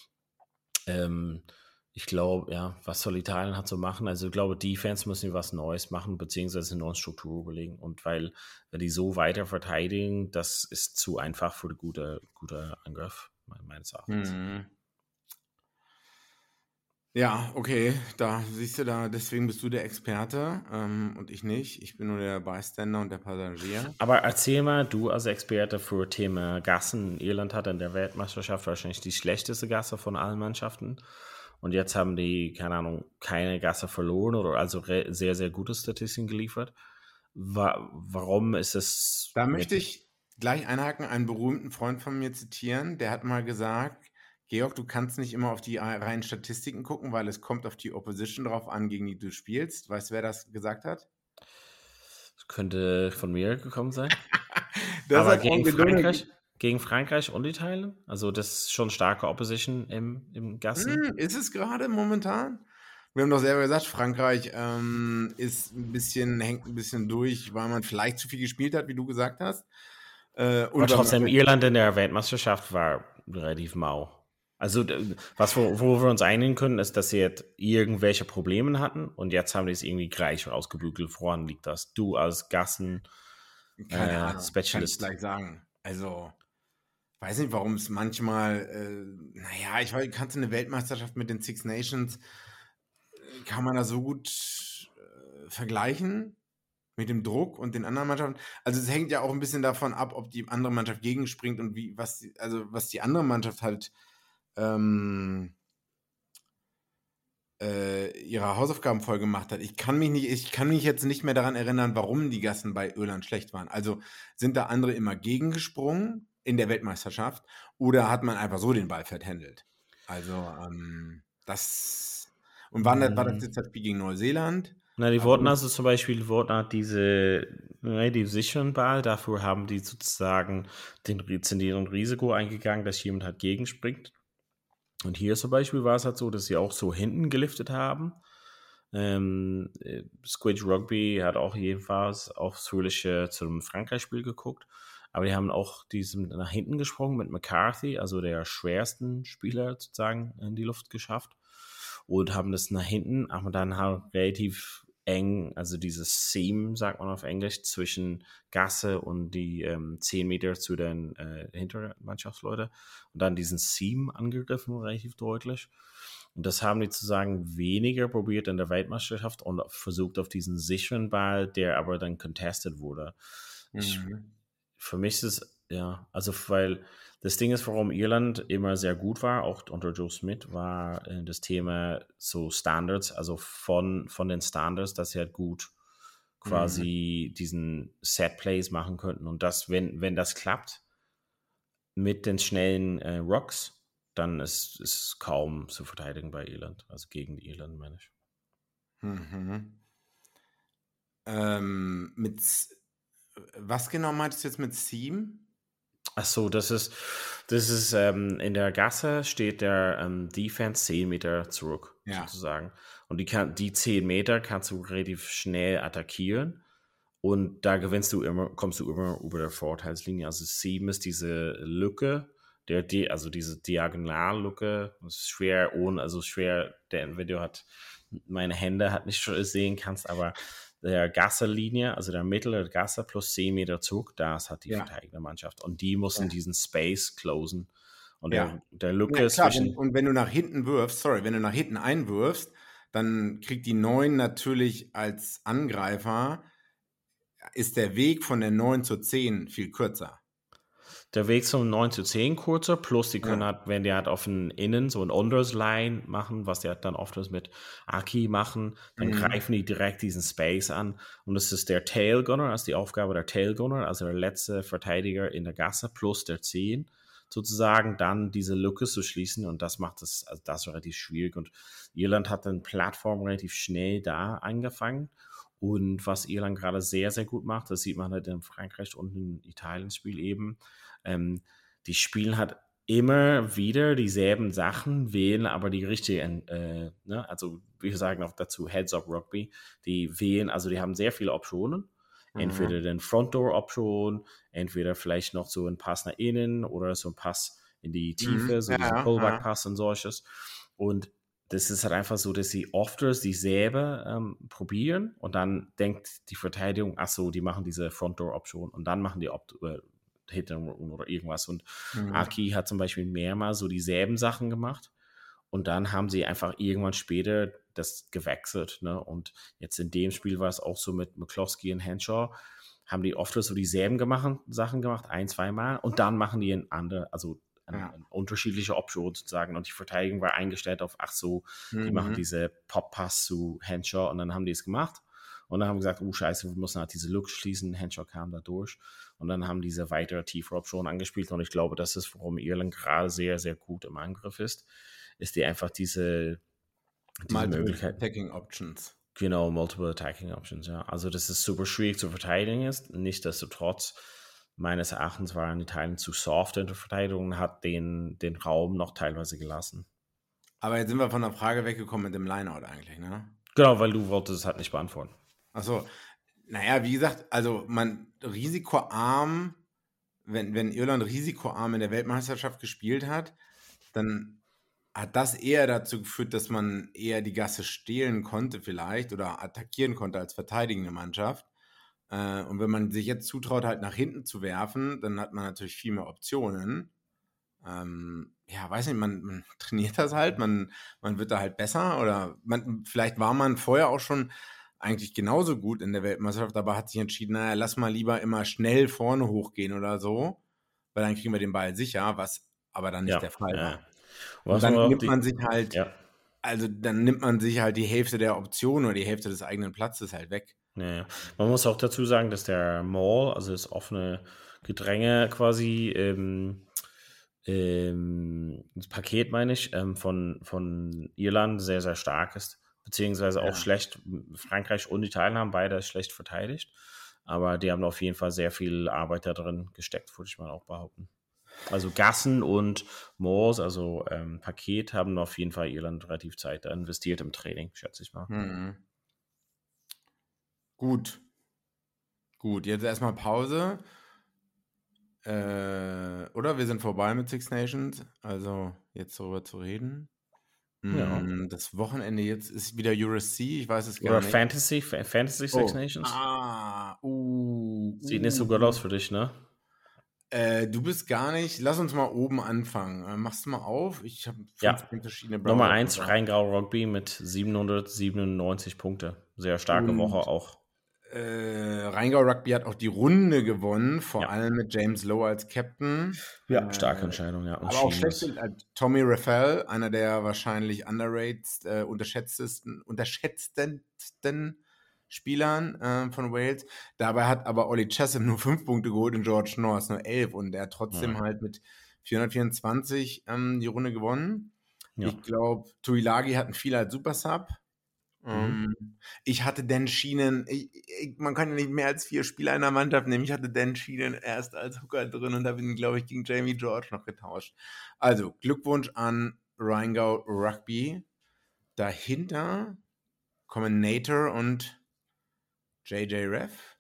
Ähm, ich glaube, ja, was soll Italien halt so machen? Also ich glaube, Defense müssen wir was Neues machen, beziehungsweise eine neue Struktur überlegen. Und weil, wenn die so weiter verteidigen, das ist zu einfach für den guten gute Angriff, meines Erachtens. Mhm. Ja, okay, da siehst du da, deswegen bist du der Experte ähm, und ich nicht. Ich bin nur der Bystander und der Passagier. Aber erzähl mal, du als Experte für Thema Gassen. Irland hat in der Weltmeisterschaft wahrscheinlich die schlechteste Gasse von allen Mannschaften. Und jetzt haben die, keine Ahnung, keine Gasse verloren oder also re- sehr, sehr gute Statistiken geliefert. Wa- warum ist es Da mit, möchte ich gleich einhaken, einen berühmten Freund von mir zitieren, der hat mal gesagt, Georg, du kannst nicht immer auf die reinen Statistiken gucken, weil es kommt auf die Opposition drauf an, gegen die du spielst. Weißt du, wer das gesagt hat? könnte von mir gekommen sein? Das Aber hat gegen Onkel Donald. Frankreich, gegen Frankreich und Italien? Also das ist schon starke Opposition im, im Gassen. Hm, ist es gerade momentan? Wir haben doch selber gesagt, Frankreich ähm, ist ein bisschen, hängt ein bisschen durch, weil man vielleicht zu viel gespielt hat, wie du gesagt hast. Äh, Aber und weil trotzdem, man, Irland in der Weltmeisterschaft war relativ mau. Also, d- was wo, wo wir uns einigen können, ist, dass sie jetzt irgendwelche Probleme hatten und jetzt haben die es irgendwie gleich ausgebügelt. Woran liegt das? Du als keine Gassen-Specialist. Ahnung, kann ich gleich sagen. Also, weiß nicht, warum es manchmal, äh, naja, ich weiß, kannst du eine Weltmeisterschaft mit den Six Nations, äh, kann man da so gut äh, vergleichen mit dem Druck und den anderen Mannschaften? Also es hängt ja auch ein bisschen davon ab, ob die andere Mannschaft gegenspringt und wie, was, die- also was die andere Mannschaft halt ähm, äh, ihre Hausaufgaben voll gemacht hat. Ich kann mich nicht, ich kann mich jetzt nicht mehr daran erinnern, warum die Gassen bei Irland schlecht waren. Also sind da andere immer gegengesprungen in der Weltmeisterschaft oder hat man einfach so den Ball vertändelt? Also ähm, das und wann das, war das jetzt das Spiel gegen Neuseeland? Na, die Aber wollten also zum Beispiel, die wollten halt diese, ne, die sicheren Ball, dafür haben die sozusagen den, Ri- sind die ein Risiko eingegangen, dass jemand halt gegenspringt. Und hier zum Beispiel war es halt so, dass sie auch so hinten geliftet haben. Ähm, äh, Squidge Rugby hat auch jedenfalls ausführlich zum Frankreich-Spiel geguckt. Aber die haben auch diesen nach hinten gesprungen mit McCarthy, also der schwersten Spieler sozusagen, in die Luft geschafft. Und haben das nach hinten, aber dann halt relativ eng, also dieses Seam, sagt man auf Englisch, zwischen Gasse und die ähm, zehn Meter zu den äh, Hintermannschaftsleuten. Und dann diesen Seam angegriffen, relativ deutlich. Und das haben die sozusagen weniger probiert in der Weltmeisterschaft und versucht auf diesen sicheren Ball, der aber dann contested wurde. Ich, mhm. für mich ist es, ja, also weil das Ding ist, warum Irland immer sehr gut war, auch unter Joe Smith, war äh, das Thema so Standards, also von, von den Standards, dass sie halt gut quasi Mhm. diesen Set-Plays machen könnten. Und das, wenn, wenn das klappt mit den schnellen äh, Rocks, dann ist es kaum zu verteidigen bei Irland, also gegen die Irland, meine ich. Mhm. Ähm, mit was genau meintest du jetzt mit Seam? Ach so, das ist, das ist ähm, in der Gasse steht der ähm, Defense zehn Meter zurück, Ja. sozusagen. Und die, kann, die zehn Meter kannst du relativ schnell attackieren. Und da gewinnst du immer, kommst du immer über der Vorteilslinie. Also sieben ist diese Lücke, der, die, also diese Diagonallücke, das ist schwer ohne, also schwer, der Video hat, meine Hände hat nicht sehen kannst, aber der Gasse-Linie, also der mittlere Gasse plus zehn Meter Zug, das hat die Ja. verteidigende Mannschaft. Und die müssen Ja. diesen Space closen. Und Ja. der, der Lücke Ja, ist klar, zwischen. wenn, und wenn du nach hinten wirfst, sorry, wenn du nach hinten einwirfst, dann kriegt die neun natürlich als Angreifer, ist der Weg von der neun zur zehn viel kürzer. Der Weg zum neun zu zehn kurzer, plus die können Ja. halt, wenn die halt auf den Innen so ein Unders Line machen, was die halt dann oft mit Aki machen, dann Mhm. greifen die direkt diesen Space an. Und das ist der Tail Gunner, also die Aufgabe der Tail Gunner, also der letzte Verteidiger in der Gasse plus der zehn, sozusagen dann diese Lücke zu schließen. Und das macht das, also das relativ schwierig. Und Irland hat dann Plattform relativ schnell da angefangen. Und was Irland gerade sehr, sehr gut macht, das sieht man halt in Frankreich und im Italien-Spiel eben, ähm, die spielen halt immer wieder dieselben Sachen, wählen aber die richtigen, äh, ne? Also wir sagen auch dazu Heads-Up Rugby, die wählen, also die haben sehr viele Optionen, entweder Mhm. den Front-Door-Option, entweder vielleicht noch so ein Pass nach innen oder so ein Pass in die Tiefe, Mhm. so Ja, diesen ja, ja. Pullback-Pass und solches. Und das ist halt einfach so, dass sie oft dieselbe ähm, probieren und dann denkt die Verteidigung, ach so, die machen diese Front-Door-Option und dann machen die Opt äh, Hit-and-Run oder irgendwas. Und Mhm. Aki hat zum Beispiel mehrmals so dieselben Sachen gemacht und dann haben sie einfach irgendwann später das gewechselt. Ne? Und jetzt in dem Spiel war es auch so mit McCloskey und Henshaw, haben die oft so dieselben gemacht, Sachen gemacht, ein, zwei Mal und dann machen die ein andere, also eine, Ja. eine unterschiedliche Option sozusagen und die Verteidigung war eingestellt auf, ach so, die Mhm. machen diese Pop-Pass zu Henshaw und dann haben die es gemacht und dann haben wir gesagt, oh scheiße, wir müssen halt diese Lücke schließen, Henshaw kam da durch und dann haben diese weitere tiefere Option angespielt und ich glaube, das ist, warum Irland gerade sehr, sehr gut im Angriff ist, ist die einfach diese, diese Multiple Möglichkeit. Attacking Options. Genau, Multiple Attacking Options, ja. Also, dass es super schwierig zu verteidigen ist. Nichtsdestotrotz, meines Erachtens waren die Teilen zu soft in der Verteidigung und hat den, den Raum noch teilweise gelassen. Aber jetzt sind wir von der Frage weggekommen mit dem Lineout eigentlich, ne? Genau, weil du wolltest es halt nicht beantworten. Achso, naja, wie gesagt, also man risikoarm, wenn, wenn Irland risikoarm in der Weltmeisterschaft gespielt hat, dann hat das eher dazu geführt, dass man eher die Gasse stehlen konnte vielleicht oder attackieren konnte als verteidigende Mannschaft. Äh, und wenn man sich jetzt zutraut, halt nach hinten zu werfen, dann hat man natürlich viel mehr Optionen. Ähm, ja, weiß nicht, man, man trainiert das halt, man, man wird da halt besser oder man, vielleicht war man vorher auch schon eigentlich genauso gut in der Weltmeisterschaft, aber hat sich entschieden, naja, lass mal lieber immer schnell vorne hochgehen oder so, weil dann kriegen wir den Ball sicher, was aber dann nicht Ja, der Fall ja. war. Was Und dann man auch nimmt die- man sich halt, Ja, also dann nimmt man sich halt die Hälfte der Option oder die Hälfte des eigenen Platzes halt weg. ja, ja. Man muss auch dazu sagen, dass der Mall, also das offene Gedränge quasi, ähm, ähm, das Paket meine ich, ähm, von, von Irland sehr, sehr stark ist, beziehungsweise auch Ja. schlecht, Frankreich und Italien haben beide schlecht verteidigt, aber die haben auf jeden Fall sehr viel Arbeit da drin gesteckt, würde ich mal auch behaupten. Also Gassen und Moors, also ähm, Paket, haben auf jeden Fall Irland relativ Zeit da investiert im Training, schätze ich mal. Mhm. Gut. Gut, jetzt erstmal Pause. Äh, oder wir sind vorbei mit Six Nations. Also jetzt darüber zu reden. Ja. Mm, Das Wochenende jetzt ist wieder U S C. Ich weiß es gar Oder nicht. Fantasy, Fa- Fantasy Six Oh. Nations. Ah, uh, Sieht nicht so uh, gut uh. aus für dich, ne? Äh, du bist gar nicht. Lass uns mal oben anfangen. Äh, machst du mal auf? Ich habe Ja. fünfzehn verschiedene Nummer Browser eins, drauf. Rheingau Rugby mit siebenhundertsiebenundneunzig Punkte. Sehr starke Und- Woche auch. Äh, Rheingau Rugby hat auch die Runde gewonnen, vor Ja. allem mit James Lowe als Captain. Ja, Äh, starke Entscheidung, ja. Und Aber auch Chinas. schlecht äh, Tommy Raffel, einer der wahrscheinlich underrated, äh, unterschätztesten, unterschätztesten Spielern äh, von Wales. Dabei hat aber Ollie Chessum nur fünf Punkte geholt und George Norris nur elf und er hat trotzdem Ja. halt mit vierhundertvierundzwanzig ähm, die Runde gewonnen. Ja. Ich glaube, Tuilagi hat einen viel als Super Sub. Mhm. Ähm, ich hatte Dan Sheehan, ich, ich, man kann ja nicht mehr als vier Spieler in der Mannschaft nehmen. Ich hatte Dan Sheehan erst als Hooker drin und da bin ich, glaube ich, gegen Jamie George noch getauscht. Also, Glückwunsch an Rheingau Rugby. Dahinter kommen Nater und J J Ref.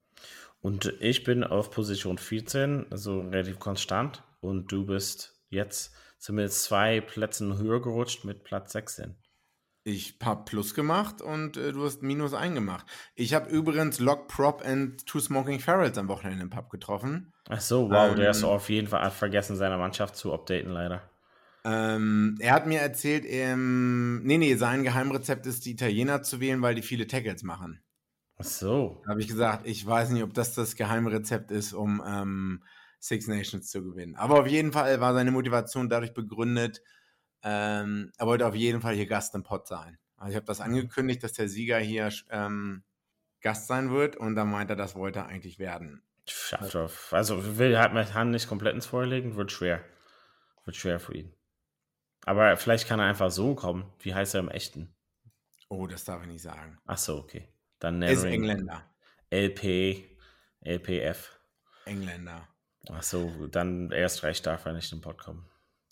Und ich bin auf Position vierzehn, also relativ konstant. Und du bist jetzt zumindest zwei Plätzen höher gerutscht mit Platz sechzehn. Ich habe Plus gemacht und äh, du hast Minus eingemacht. Ich habe übrigens Lock Prop and Two Smoking Ferrets am Wochenende im Pub getroffen. Ach so, wow, Ähm, der ist auf jeden Fall vergessen, seine Mannschaft zu updaten, leider. Ähm, er hat mir erzählt, ähm, nee, nee, sein Geheimrezept ist, die Italiener zu wählen, weil die viele Tackles machen. Ach so. Da habe ich gesagt, ich weiß nicht, ob das das Geheimrezept ist, um ähm, Six Nations zu gewinnen. Aber auf jeden Fall war seine Motivation dadurch begründet, ähm, er wollte auf jeden Fall hier Gast im Pod sein. Also ich habe das angekündigt, dass der Sieger hier ähm, Gast sein wird und dann meint er, das wollte er eigentlich werden. Schafft er. Also will halt mit Hand nicht komplett ins Feuer legen, wird schwer. Wird schwer für ihn. Aber vielleicht kann er einfach so kommen. Wie heißt er im Echten? Oh, das darf ich nicht sagen. Ach so, okay. Dann Er ist nennen wir ihn Engländer. L P, L P F. Engländer. Ach so, dann erst recht darf er nicht im Pod kommen.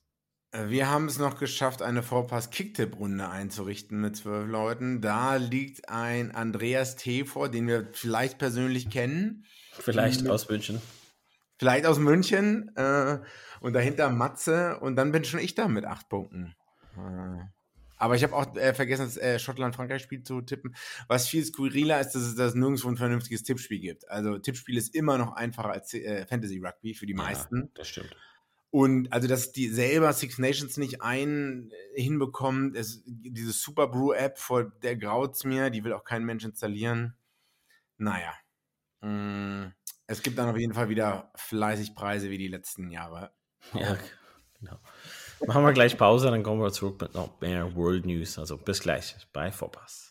Wir haben es noch geschafft, eine Vorpass-Kicktipp-Runde einzurichten mit zwölf Leuten. Da liegt ein Andreas T. vor, den wir vielleicht persönlich kennen. Vielleicht Mit- aus München. Vielleicht aus München. Äh, und dahinter Matze. Und dann bin schon ich da mit acht Punkten. Äh, aber ich habe auch äh, vergessen, das äh, Schottland-Frankreich-Spiel zu tippen. Was viel skurriler ist, dass es das nirgendwo ein vernünftiges Tippspiel gibt. Also Tippspiel ist immer noch einfacher als äh, Fantasy-Rugby für die meisten. Ja, das stimmt. Und also, dass die selber Six Nations nicht ein äh, hinbekommt, es, diese Super Brew App, vor der graut's mir, die will auch kein Mensch installieren. Naja. Mm, es gibt dann auf jeden Fall wieder fleißig Preise wie die letzten Jahre. Ja, Genau. Machen wir gleich Pause, dann kommen wir zurück mit noch mehr World News. Also bis gleich bei Vorpass.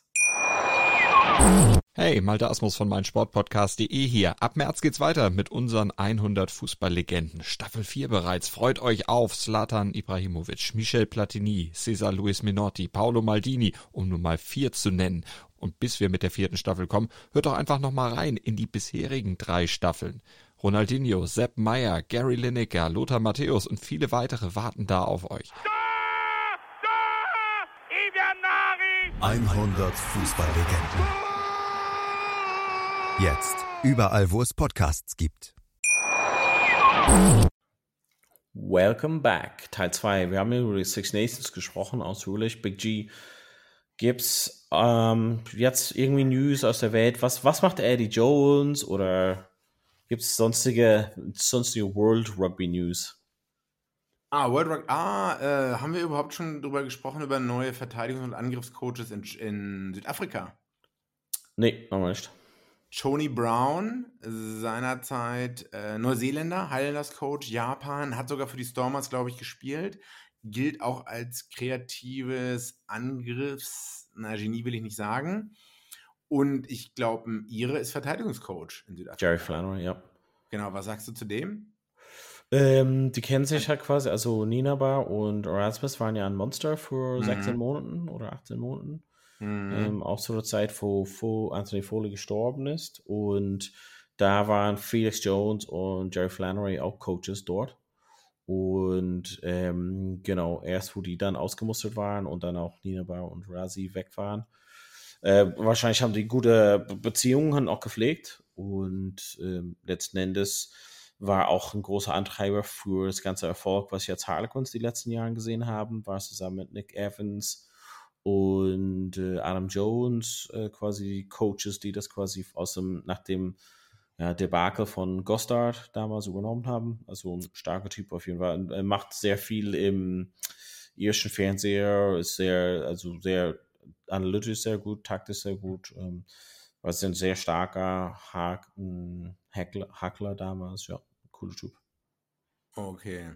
Hey, Malte Asmus von meinsportpodcast punkt de hier. Ab März geht's weiter mit unseren hundert Fußballlegenden. Staffel vier bereits. Freut euch auf Zlatan Ibrahimovic, Michel Platini, Cesar Luis Minotti, Paolo Maldini, um nur mal vier zu nennen. Und bis wir mit der vierten Staffel kommen, hört doch einfach noch mal rein in die bisherigen drei Staffeln. Ronaldinho, Sepp Maier, Gary Lineker, Lothar Matthäus und viele weitere warten da auf euch. hundert Fußballlegenden. Jetzt überall, wo es Podcasts gibt. Welcome back, Teil zwei. Wir haben über die Six Nations gesprochen, ausführlich. Big G, gibt's ähm, jetzt irgendwie News aus der Welt? Was, was macht Eddie Jones oder gibt es sonstige, sonstige World Rugby News? Ah, World Rugby. Ah, äh, haben wir überhaupt schon drüber gesprochen, über neue Verteidigungs- und Angriffscoaches in, in Südafrika? Nee, noch nicht. Tony Brown, seinerzeit äh, Neuseeländer, Highlanders Coach, Japan, hat sogar für die Stormers, glaube ich, gespielt. Gilt auch als kreatives Angriffs... Na, Genie will ich nicht sagen. Und ich glaube, ein Ire ist Verteidigungscoach in Südafrika. Jerry Flannery, ja. Genau, was sagst du zu dem? Ähm, die kennen sich halt quasi, also Nienaber und Erasmus waren ja ein Monster für mhm. sechzehn Monaten oder achtzehn Monaten. Mhm. Ähm, auch zu der Zeit, wo, wo Anthony Foley gestorben ist. Und da waren Felix Jones und Jerry Flannery auch Coaches dort. Und ähm, genau, erst wo die dann ausgemustert waren und dann auch Nienaber und Razi weg waren. Äh, wahrscheinlich haben die gute Beziehungen auch gepflegt. Und ähm, letzten Endes war auch ein großer Antreiber für das ganze Erfolg, was jetzt Harlequins die letzten Jahre gesehen haben, war zusammen mit Nick Evans und äh, Adam Jones, äh, quasi die Coaches, die das quasi aus dem, nach dem ja, Debakel von Goddard damals übernommen haben. Also ein starker Typ auf jeden Fall. Er macht sehr viel im irischen Fernseher, ist sehr, also sehr analytisch sehr gut, taktisch sehr gut. Ähm, war ein sehr starker Hackler, Hackler damals, ja, cooler Typ. Okay.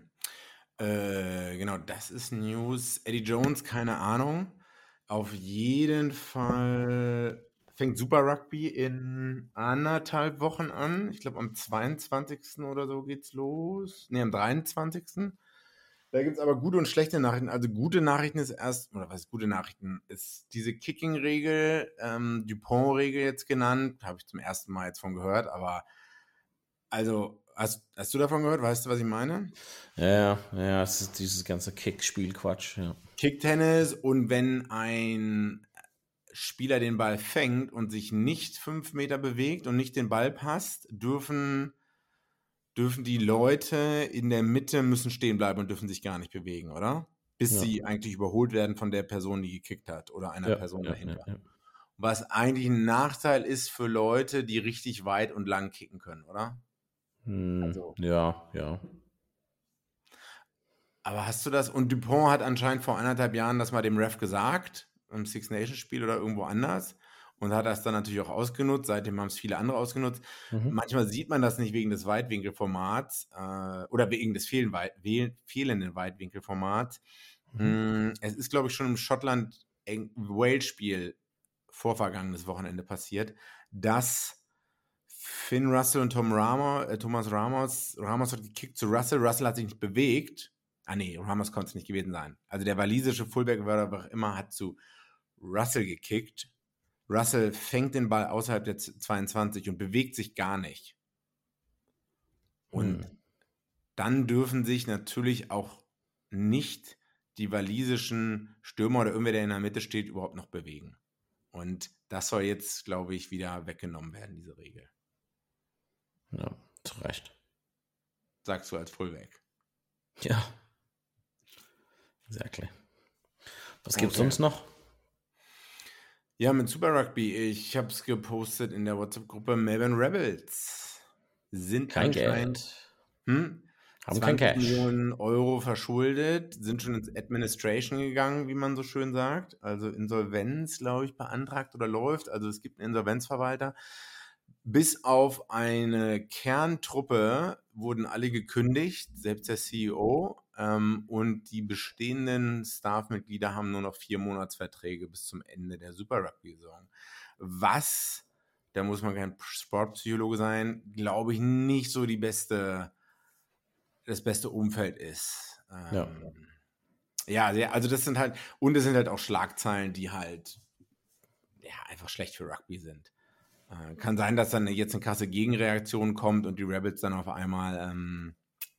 Äh, genau, das ist News. Eddie Jones, keine Ahnung. Auf jeden Fall fängt Super Rugby in anderthalb Wochen an. Ich glaube, am zweiundzwanzigsten oder so geht's los. Ne, am dreiundzwanzigsten Da gibt es aber gute und schlechte Nachrichten. Also gute Nachrichten ist erst, oder was ist gute Nachrichten? Ist diese Kicking-Regel, ähm, Dupont-Regel jetzt genannt, habe ich zum ersten Mal jetzt von gehört, aber also, hast, hast du davon gehört? Weißt du, was ich meine? Ja, ja, es ist dieses ganze Kick-Spiel-Quatsch, ja. Kick-Tennis, und wenn ein Spieler den Ball fängt und sich nicht fünf Meter bewegt und nicht den Ball passt, dürfen... dürfen die Leute in der Mitte müssen stehen bleiben und dürfen sich gar nicht bewegen, oder? Bis ja. sie eigentlich überholt werden von der Person, die gekickt hat oder einer ja, Person ja, dahinter. Ja, ja. Was eigentlich ein Nachteil ist für Leute, die richtig weit und lang kicken können, oder? Hm, also. Ja, ja. Aber hast du das? Und Dupont hat anscheinend vor anderthalb Jahren das mal dem Ref gesagt, im Six Nations Spiel oder irgendwo anders. Und hat das dann natürlich auch ausgenutzt. Seitdem haben es viele andere ausgenutzt. Mhm. Manchmal sieht man das nicht wegen des Weitwinkelformats äh, oder wegen des fehlenden, Weit- fehlenden Weitwinkelformats. Mhm. Es ist, glaube ich, schon im Schottland-Wales-Spiel vorvergangenes Wochenende passiert, dass Finn Russell und Tom Ramos, äh, Thomas Ramos, Ramos hat gekickt zu Russell. Russell hat sich nicht bewegt. Ah nee, Ramos konnte es nicht gewesen sein. Also der walisische Fullback, wer auch immer, hat zu Russell gekickt. Russell fängt den Ball außerhalb der zweiundzwanzig und bewegt sich gar nicht. Und hm. dann dürfen sich natürlich auch nicht die walisischen Stürmer oder irgendwer, der in der Mitte steht, überhaupt noch bewegen. Und das soll jetzt, glaube ich, wieder weggenommen werden, diese Regel. Ja, zu Recht. Sagst du als Fullback. Ja. Exactly. Was gibt's okay. sonst noch? Ja, mit Super Rugby, ich habe es gepostet in der WhatsApp-Gruppe, Melbourne Rebels sind kein Geld. Hm, haben kein Cash. Millionen Euro verschuldet, sind schon ins Administration gegangen, wie man so schön sagt, also Insolvenz, glaube ich, beantragt oder läuft, also es gibt einen Insolvenzverwalter. bis auf eine Kerntruppe wurden alle gekündigt, selbst der C E O. Ähm, und die bestehenden Staffmitglieder haben nur noch vier Monatsverträge bis zum Ende der Super Rugby-Saison. Was, da muss man kein Sportpsychologe sein, glaube ich, nicht so die beste, das beste Umfeld ist. Ähm, Ja. Ja, sehr, also das sind halt, und es sind halt auch Schlagzeilen, die halt ja, einfach schlecht für Rugby sind. Äh, kann sein, dass dann jetzt eine krasse Gegenreaktion kommt und die Rebels dann auf einmal ähm,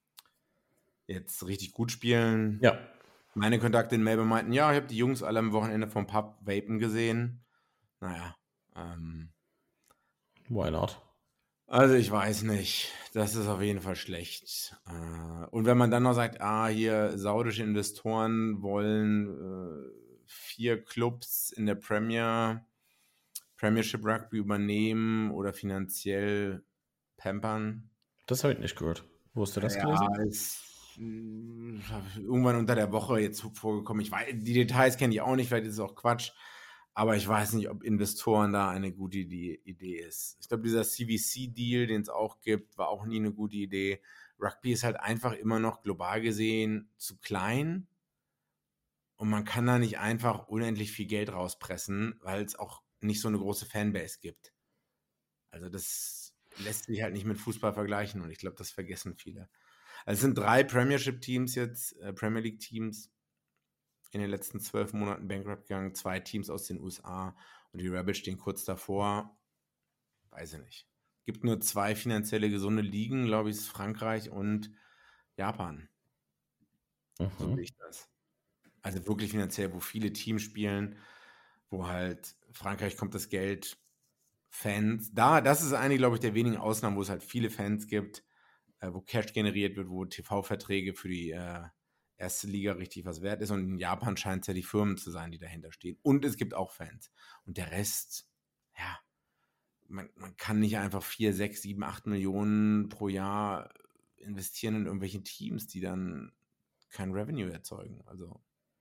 jetzt richtig gut spielen. Ja. Meine Kontakte in Melbourne meinten, ja, ich habe die Jungs alle am Wochenende vom Pub vapen gesehen. Naja, ähm, Why not? also ich weiß nicht. Das ist auf jeden Fall schlecht. Äh, und wenn man dann noch sagt, ah, hier saudische Investoren wollen äh, vier Clubs in der Premier, Premiership Rugby übernehmen oder finanziell pampern. Das habe ich nicht gehört. Wo hast du das ja, gelesen? ist mh, irgendwann unter der Woche jetzt vorgekommen. Ich weiß, die Details kenne ich auch nicht, vielleicht ist es auch Quatsch. Aber ich weiß nicht, ob Investoren da eine gute Idee ist. Ich glaube, dieser C V C-Deal, den es auch gibt, war auch nie eine gute Idee. Rugby ist halt einfach immer noch global gesehen zu klein. Und man kann da nicht einfach unendlich viel Geld rauspressen, weil es auch nicht so eine große Fanbase gibt. Also das lässt sich halt nicht mit Fußball vergleichen. Und ich glaube, das vergessen viele. Also es sind drei Premiership-Teams jetzt, äh, Premier League-Teams, in den letzten zwölf Monaten bankrupt gegangen, zwei Teams aus den U S A und die Rebels stehen kurz davor. Weiß ich nicht. Gibt nur zwei finanzielle gesunde Ligen, glaube ich, ist Frankreich und Japan. Mhm. So sehe ich das. Also wirklich finanziell, wo viele Teams spielen, wo halt Frankreich kommt das Geld, Fans, da, das ist eine, glaube ich, der wenigen Ausnahmen, wo es halt viele Fans gibt, äh, wo Cash generiert wird, wo T V-Verträge für die äh, erste Liga richtig was wert ist. Und in Japan scheint es ja die Firmen zu sein, die dahinter stehen. Und es gibt auch Fans. Und der Rest, ja, man, man kann nicht einfach vier, sechs, sieben, acht Millionen pro Jahr investieren in irgendwelche Teams, die dann kein Revenue erzeugen. Also.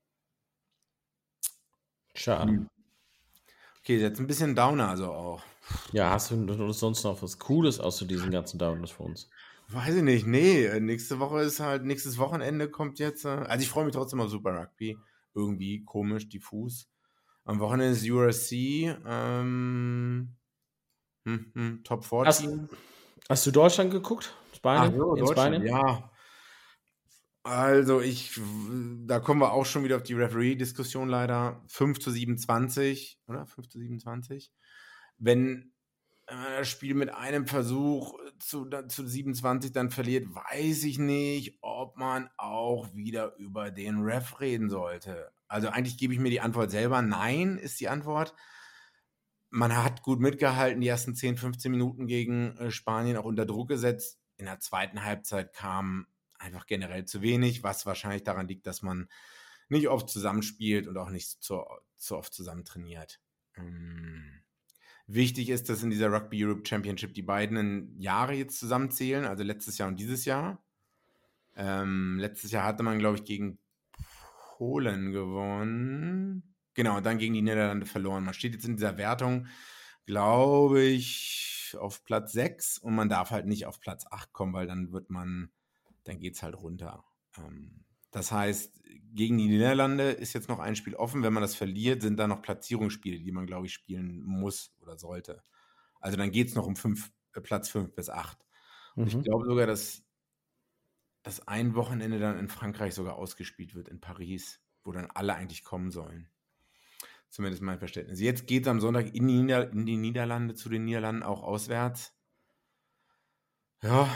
Schade. Hm. Okay, jetzt ein bisschen Downer also auch. Ja, hast du sonst noch was Cooles außer diesen ganzen Downers für uns? Weiß ich nicht, nee. Nächste Woche ist halt, nächstes Wochenende kommt jetzt. Also ich freue mich trotzdem auf Super Rugby. Irgendwie komisch, diffus. Am Wochenende ist U R C. Ähm, hm, hm, Top vierzehn. Hast, hast du Deutschland geguckt? Spanien? Ach so, in Deutschland, Spanien? Ja. Also ich, da kommen wir auch schon wieder auf die Referee-Diskussion leider. fünf zu siebenundzwanzig, oder? fünf zu siebenundzwanzig. Wenn das Spiel mit einem Versuch zu, zu siebenundzwanzig dann verliert, weiß ich nicht, ob man auch wieder über den Ref reden sollte. Also eigentlich gebe ich mir die Antwort selber. Nein, ist die Antwort. Man hat gut mitgehalten, die ersten zehn, fünfzehn Minuten gegen äh, Spanien auch unter Druck gesetzt. In der zweiten Halbzeit kam einfach generell zu wenig, was wahrscheinlich daran liegt, dass man nicht oft zusammenspielt und auch nicht zu, zu oft zusammen trainiert. Ähm, Wichtig ist, dass in dieser Rugby Europe Championship die beiden Jahre jetzt zusammenzählen, also letztes Jahr und dieses Jahr. Ähm, letztes Jahr hatte man, glaube ich, gegen Polen gewonnen. Genau, und dann gegen die Niederlande verloren. Man steht jetzt in dieser Wertung, glaube ich, auf Platz sechs und man darf halt nicht auf Platz acht kommen, weil dann wird man, dann geht es halt runter. Ähm, das heißt, gegen die Niederlande ist jetzt noch ein Spiel offen. Wenn man das verliert, sind da noch Platzierungsspiele, die man, glaube ich, spielen muss oder sollte. Also dann geht es noch um fünf, äh, Platz fünf bis acht. Und Mhm. ich glaube sogar, dass, dass ein Wochenende dann in Frankreich sogar ausgespielt wird, in Paris, wo dann alle eigentlich kommen sollen. Zumindest mein Verständnis. Jetzt geht es am Sonntag in die, Nieder- in die Niederlande, zu den Niederlanden, auch auswärts. Ja.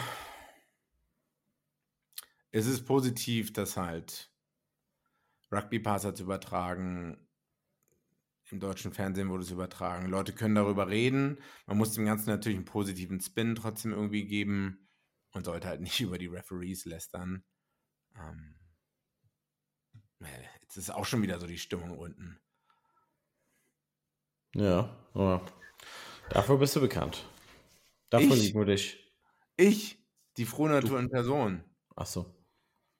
Es ist positiv, dass halt Rugby Pass hat es übertragen, im deutschen Fernsehen wurde es übertragen. Leute können darüber reden. Man muss dem Ganzen natürlich einen positiven Spin trotzdem irgendwie geben und sollte halt nicht über die Referees lästern. Ähm, jetzt ist auch schon wieder so die Stimmung unten. Ja, aber dafür bist du bekannt. Dafür Ich? lieben wir dich. Ich, die frohe Natur in Person. Ach so.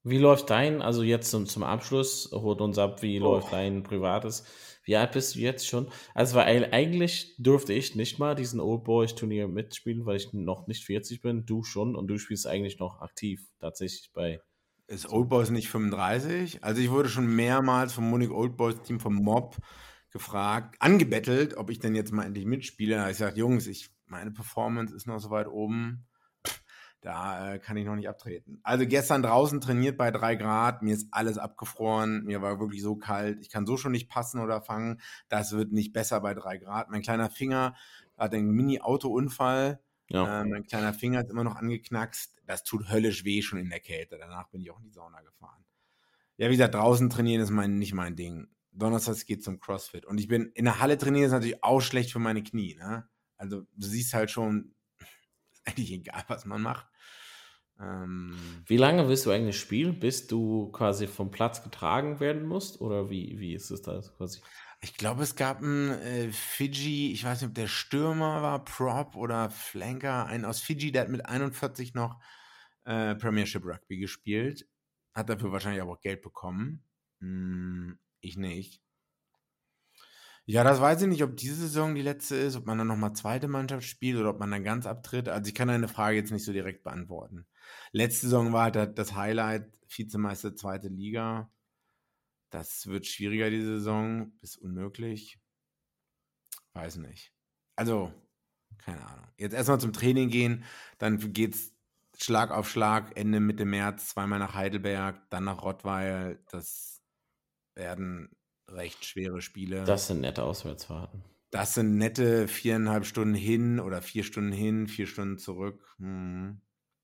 Wie läuft dein, also jetzt zum, zum Abschluss, holt uns ab, wie oh. läuft dein privates? Wie alt bist du jetzt schon? Also, weil eigentlich durfte ich nicht mal diesen Old Boys Turnier mitspielen, weil ich noch nicht vierzig bin, du schon, und du spielst eigentlich noch aktiv, tatsächlich bei... Ist Old Boys nicht fünfunddreißig? Also ich wurde schon mehrmals vom Munich Old Boys Team vom Mob gefragt, angebettelt, ob ich denn jetzt mal endlich mitspiele. Da habe ich gesagt, Jungs, ich, meine Performance ist noch so weit oben, da äh, kann ich noch nicht abtreten. Also gestern draußen trainiert bei drei Grad, mir ist alles abgefroren, mir war wirklich so kalt, ich kann so schon nicht passen oder fangen, das wird nicht besser bei drei Grad. Mein kleiner Finger hat einen Mini-Auto-Unfall, ja. äh, mein kleiner Finger ist immer noch angeknackst, das tut höllisch weh schon in der Kälte, danach bin ich auch in die Sauna gefahren. Ja, wie gesagt, draußen trainieren ist mein, nicht mein Ding. Donnerstags geht zum CrossFit und ich bin in der Halle trainieren, ist natürlich auch schlecht für meine Knie, ne? Also du siehst halt schon, ist eigentlich egal, was man macht. Ähm, wie lange willst du eigentlich spielen, bis du quasi vom Platz getragen werden musst? Oder wie, wie ist es da quasi? Ich glaube, es gab einen äh, Fiji, ich weiß nicht, ob der Stürmer war, Prop oder Flanker, einen aus Fiji, der hat mit einundvierzig noch äh, Premiership Rugby gespielt, hat dafür wahrscheinlich aber auch Geld bekommen. Hm, ich nicht. Ja, das weiß ich nicht, ob diese Saison die letzte ist, ob man dann nochmal zweite Mannschaft spielt oder ob man dann ganz abtritt. Also ich kann deine Frage jetzt nicht so direkt beantworten. Letzte Saison war halt das Highlight, Vizemeister zweite Liga. Das wird schwieriger diese Saison, bis unmöglich. Weiß nicht. Also, keine Ahnung. Jetzt erstmal zum Training gehen, dann geht's Schlag auf Schlag, Ende Mitte März, zweimal nach Heidelberg, dann nach Rottweil. Das werden recht schwere Spiele. Das sind nette Auswärtsfahrten. Das sind nette viereinhalb Stunden hin oder vier Stunden hin, vier Stunden zurück. Hm.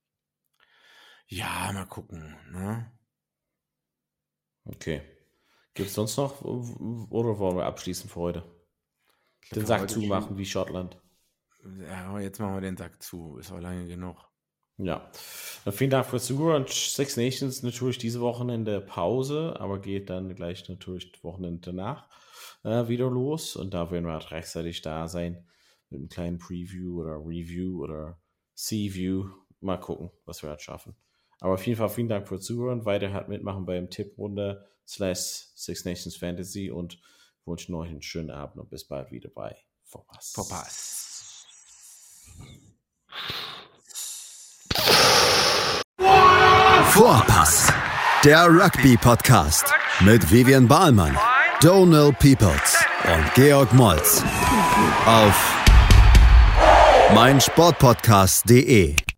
Ja, mal gucken. Ne? Okay. Gibt es sonst noch, oder wollen wir abschließen für heute? Glaub, den für Sack heute zumachen schon. Wie Schottland. Ja, jetzt machen wir den Sack zu. Ist auch lange genug. Ja, dann vielen Dank fürs Zuhören. Six Nations natürlich diese Wochenende Pause, aber geht dann gleich natürlich das Wochenende danach äh, wieder los. Und da werden wir halt rechtzeitig da sein mit einem kleinen Preview oder Review oder See-View. Mal gucken, was wir halt schaffen. Aber auf jeden Fall vielen Dank fürs Zuhören. Weiter halt mitmachen beim Tipprunde slash Six Nations Fantasy und wünschen euch einen schönen Abend und bis bald wieder bei Vorpass. Vorpass. Vorpass, der Rugby-Podcast mit Vivian Bahlmann, Donald Peoples und Georg Moltz auf meinsportpodcast punkt de.